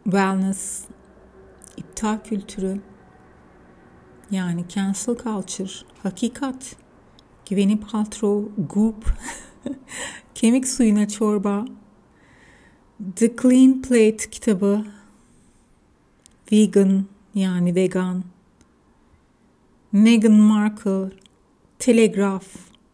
wellness, iptal kültürü, yani cancel culture, hakikat, Gwyneth Paltrow, Goop, kemik suyuna çorba, The Clean Plate kitabı, vegan yani vegan, Meghan Markle, Telegraph,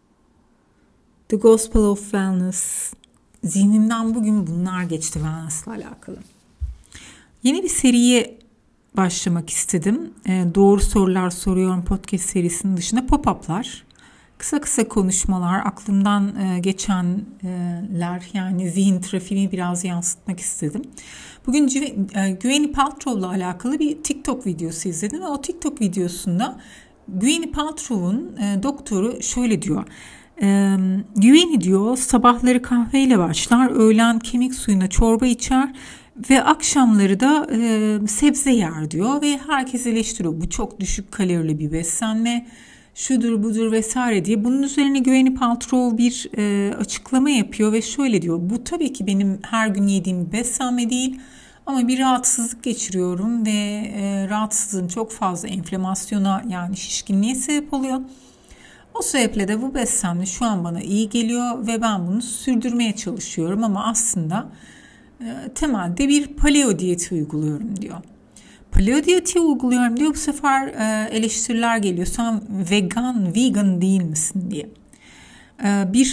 The Gospel of Wellness. Zihnimden bugün bunlar geçti wellness'la alakalı. Yeni bir seriye başlamak istedim. Doğru Sorular Soruyorum podcast serisinin dışında pop-up'lar, kısa kısa konuşmalar, aklımdan geçenler, yani zihin trafiğini biraz yansıtmak istedim. Bugün Gwyneth Paltrow'la alakalı bir TikTok videosu izledim ve o TikTok videosunda Gwyneth Paltrow'un doktoru şöyle diyor. Gwyneth diyor sabahları kahveyle başlar, öğlen kemik suyuna çorba içer ve akşamları da sebze yer diyor ve herkes eleştiriyor. Bu çok düşük kalorili bir beslenme, şudur budur vesaire diye. Bunun üzerine Gwyneth Paltrow bir açıklama yapıyor ve şöyle diyor. Bu tabii ki benim her gün yediğim beslenme değil ama bir rahatsızlık geçiriyorum ve rahatsızlığım çok fazla enflamasyona, yani şişkinliğe sebep oluyor. O sebeple de bu beslenme şu an bana iyi geliyor ve ben bunu sürdürmeye çalışıyorum ama aslında temelde bir paleo diyeti uyguluyorum diyor. Paleo diyeti uyguluyorum diyor. Bu sefer eleştiriler geliyor. Sen vegan değil misin diye. Bir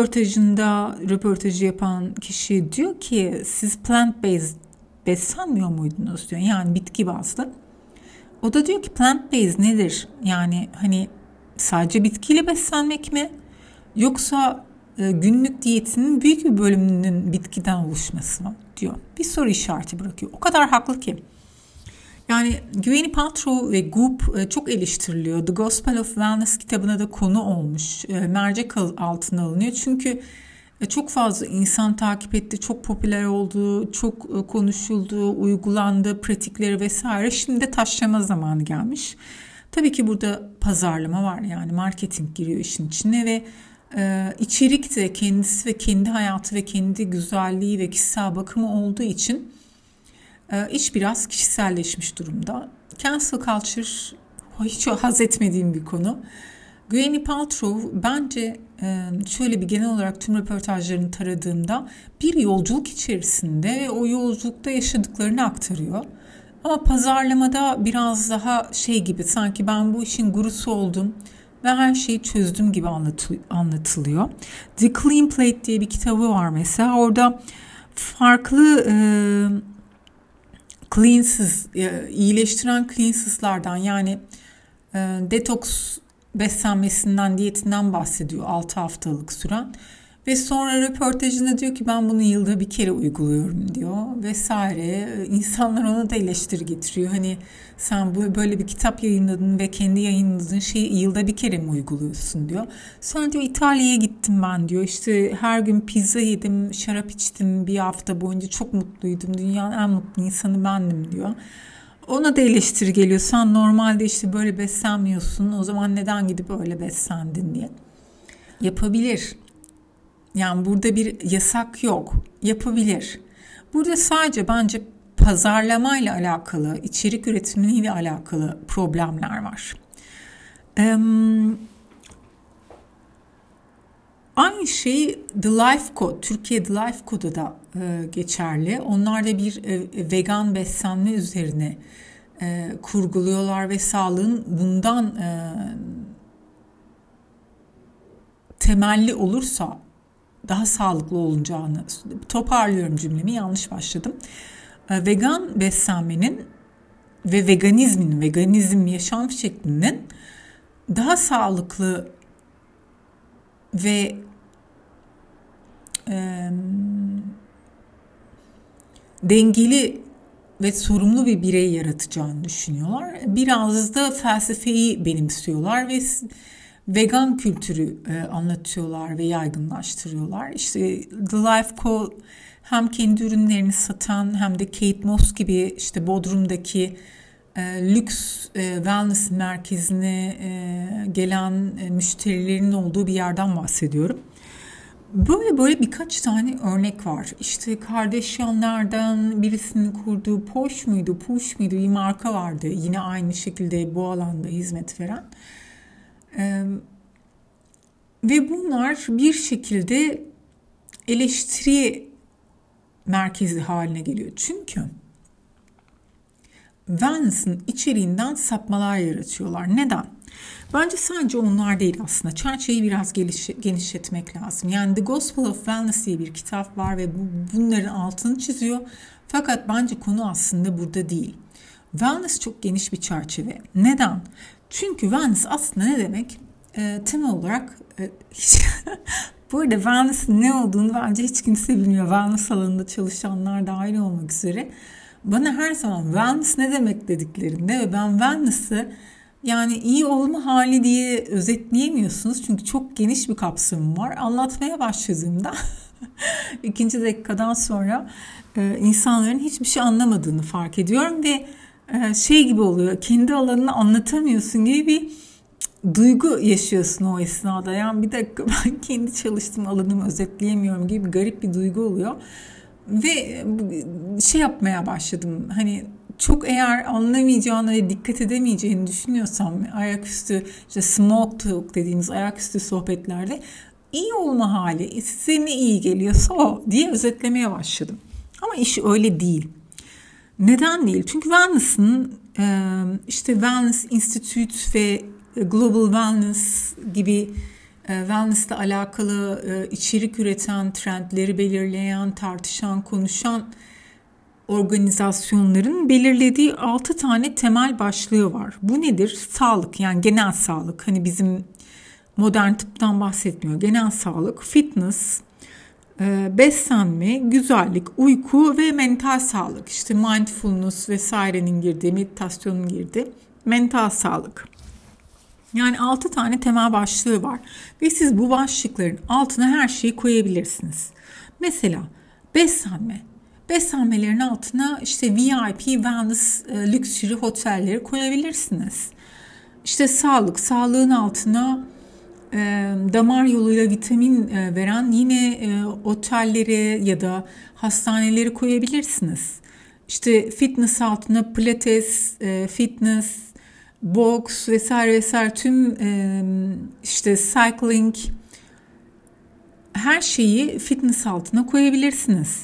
röportajı yapan kişi diyor ki siz plant-based beslenmiyor muydunuz diyor. Yani bitki bazlı. O da diyor ki plant-based nedir? Yani hani sadece bitkiyle beslenmek mi? Yoksa günlük diyetinin büyük bir bölümünün bitkiden oluşması mı diyor. Bir soru işareti bırakıyor. O kadar haklı ki. Yani Gwyneth Paltrow ve Goop çok eleştiriliyor. The Gospel of Wellness kitabına da konu olmuş. Mercek altına alınıyor. Çünkü çok fazla insan takip etti, çok popüler oldu, çok konuşuldu, uygulandı, pratikleri vesaire. Şimdi de taşlama zamanı gelmiş. Tabii ki burada pazarlama var, yani marketing giriyor işin içine ve içerik de kendisi ve kendi hayatı ve kendi güzelliği ve kişisel bakımı olduğu için iş biraz kişiselleşmiş durumda. Cancel culture hiç haz etmediğim bir konu. Gwyneth Paltrow bence şöyle bir genel olarak tüm röportajlarını taradığımda bir yolculuk içerisinde ve o yolculukta yaşadıklarını aktarıyor. Ama pazarlamada biraz daha şey gibi, sanki ben bu işin gurusu oldum ve her şeyi çözdüm gibi anlatılıyor. The Clean Plate diye bir kitabı var mesela. Orada farklı iyileştiren cleanses'lardan, yani detoks beslenmesinden, diyetinden bahsediyor 6 haftalık süren. Ve sonra röportajında diyor ki ben bunu yılda bir kere uyguluyorum diyor vesaire. İnsanlar ona da eleştiri getiriyor. Hani sen böyle bir kitap yayınladın ve kendi yayınladığın şeyi yılda bir kere mi uyguluyorsun diyor. Sonra diyor İtalya'ya gittim ben diyor. İşte her gün pizza yedim, şarap içtim bir hafta boyunca, çok mutluydum. Dünyanın en mutlu insanı bendim diyor. Ona da eleştiri geliyor. Sen normalde işte böyle beslenmiyorsun. O zaman neden gidip öyle beslendin diye. Yapabilir. Yani burada bir yasak yok. Yapabilir. Burada sadece bence pazarlamayla alakalı, içerik üretimiyle alakalı problemler var. Aynı şey The Life Code, Türkiye The Life Code'da da geçerli. Onlar da bir vegan beslenme üzerine kurguluyorlar ve sağlığın bundan temelli olursa daha sağlıklı olacağını, toparlıyorum cümlemi, yanlış başladım. Vegan beslenmenin ve veganizm yaşam şeklinin daha sağlıklı ve dengeli ve sorumlu bir birey yaratacağını düşünüyorlar. Biraz da felsefeyi benimsiyorlar ve vegan kültürü anlatıyorlar ve yaygınlaştırıyorlar. İşte The Life Co. hem kendi ürünlerini satan hem de Kate Moss gibi işte Bodrum'daki lüks wellness merkezine gelen müşterilerin olduğu bir yerden bahsediyorum. Böyle birkaç tane örnek var. İşte Kardashian'lardan birisinin kurduğu Push muydu bir marka vardı. Yine aynı şekilde bu alanda hizmet veren. Ve bunlar bir şekilde eleştiri merkezi haline geliyor. Çünkü wellness'ın içeriğinden sapmalar yaratıyorlar. Neden? Bence sadece onlar değil aslında. Çerçeveyi biraz genişletmek lazım. Yani The Gospel of Wellness diye bir kitap var ve bunların altını çiziyor. Fakat bence konu aslında burada değil. Wellness çok geniş bir çerçeve. Neden? Çünkü wellness aslında ne demek? Temel olarak bu arada wellness ne olduğunu bence hiç kimse bilmiyor. Wellness alanında çalışanlar dahil olmak üzere. Bana her zaman wellness ne demek dediklerinde ve ben wellness'ı yani iyi olma hali diye özetleyemiyorsunuz. Çünkü çok geniş bir kapsamı var. Anlatmaya başladığımda ikinci dakikadan sonra insanların hiçbir şey anlamadığını fark ediyorum ve şey gibi oluyor. Kendi alanını anlatamıyorsun gibi bir duygu yaşıyorsun o esnada. Yani bir dakika ben kendi çalıştığım alanımı özetleyemiyorum gibi bir garip bir duygu oluyor. Ve şey yapmaya başladım. Hani çok eğer anlamayacağını ve dikkat edemeyeceğini düşünüyorsam ayaküstü işte small talk dediğimiz ayaküstü sohbetlerde iyi olma hali size ne iyi geliyorsa o diye özetlemeye başladım. Ama iş öyle değil. Neden değil? Çünkü Wellness'ın işte Wellness Institute ve Global Wellness gibi wellness'la alakalı içerik üreten, trendleri belirleyen, tartışan, konuşan organizasyonların belirlediği 6 tane temel başlığı var. Bu nedir? Sağlık, yani genel sağlık. Hani bizim modern tıptan bahsetmiyor. Genel sağlık, fitness, beslenme, güzellik, uyku ve mental sağlık. İşte mindfulness vesairenin girdiği, meditasyonun girdiği mental sağlık. Yani 6 tane temel başlığı var ve siz bu başlıkların altına her şeyi koyabilirsiniz. Mesela beslenme. Beslenmelerin altına işte VIP, wellness, luxury otelleri koyabilirsiniz. İşte sağlık, sağlığın altına damar yoluyla vitamin veren yine otelleri ya da hastaneleri koyabilirsiniz. İşte fitness altına pilates, fitness, boks vesaire vesaire tüm işte cycling her şeyi fitness altına koyabilirsiniz.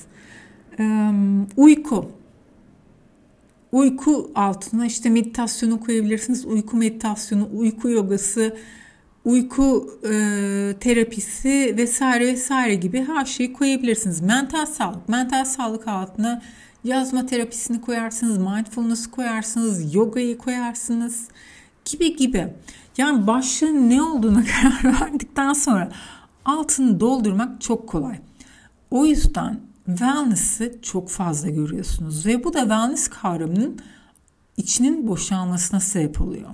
Uyku altına işte meditasyonu koyabilirsiniz. Uyku meditasyonu, uyku yogası, uyku terapisi vesaire vesaire gibi her şeyi koyabilirsiniz. Mental sağlık altına yazma terapisini koyarsınız, mindfulness'ı koyarsınız, yogayı koyarsınız gibi. Yani başlığın ne olduğuna karar verdikten sonra altını doldurmak çok kolay. O yüzden wellness'ı çok fazla görüyorsunuz ve bu da wellness kavramının içinin boşalmasına sebep oluyor.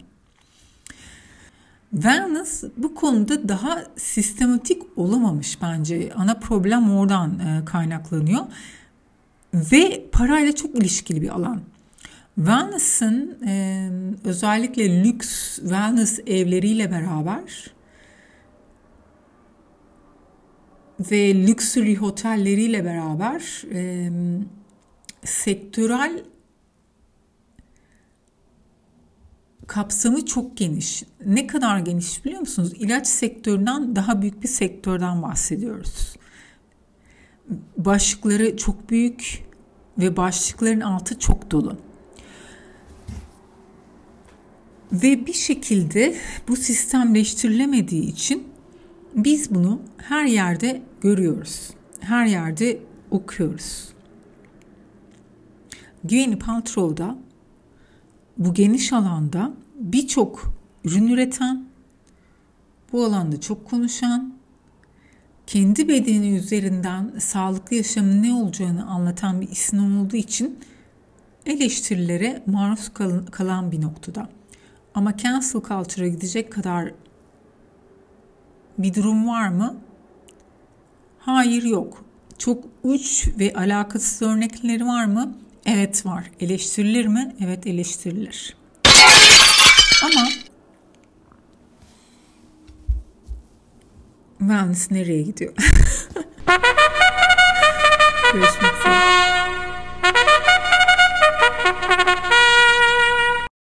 Wellness bu konuda daha sistematik olamamış bence. Ana problem oradan kaynaklanıyor. Ve parayla çok ilişkili bir alan. Wellness'ın özellikle lüks wellness evleriyle beraber ve luxury otelleriyle beraber sektörel kapsamı çok geniş. Ne kadar geniş biliyor musunuz? İlaç sektöründen daha büyük bir sektörden bahsediyoruz. Başlıkları çok büyük ve başlıkların altı çok dolu. Ve bir şekilde bu sistemleştirilemediği için biz bunu her yerde görüyoruz. Her yerde okuyoruz. Gwyneth Paltrow da bu geniş alanda birçok ürün üreten, bu alanda çok konuşan, kendi bedeni üzerinden sağlıklı yaşamın ne olacağını anlatan bir isim olduğu için eleştirilere maruz kalan bir noktada. Ama cancel culture'a gidecek kadar bir durum var mı? Hayır, yok. Çok uç ve alakasız örnekleri var mı? Evet var. Eleştirilir mi? Evet, eleştirilir. Ama Wellness nereye gidiyor? Görüşmek üzere.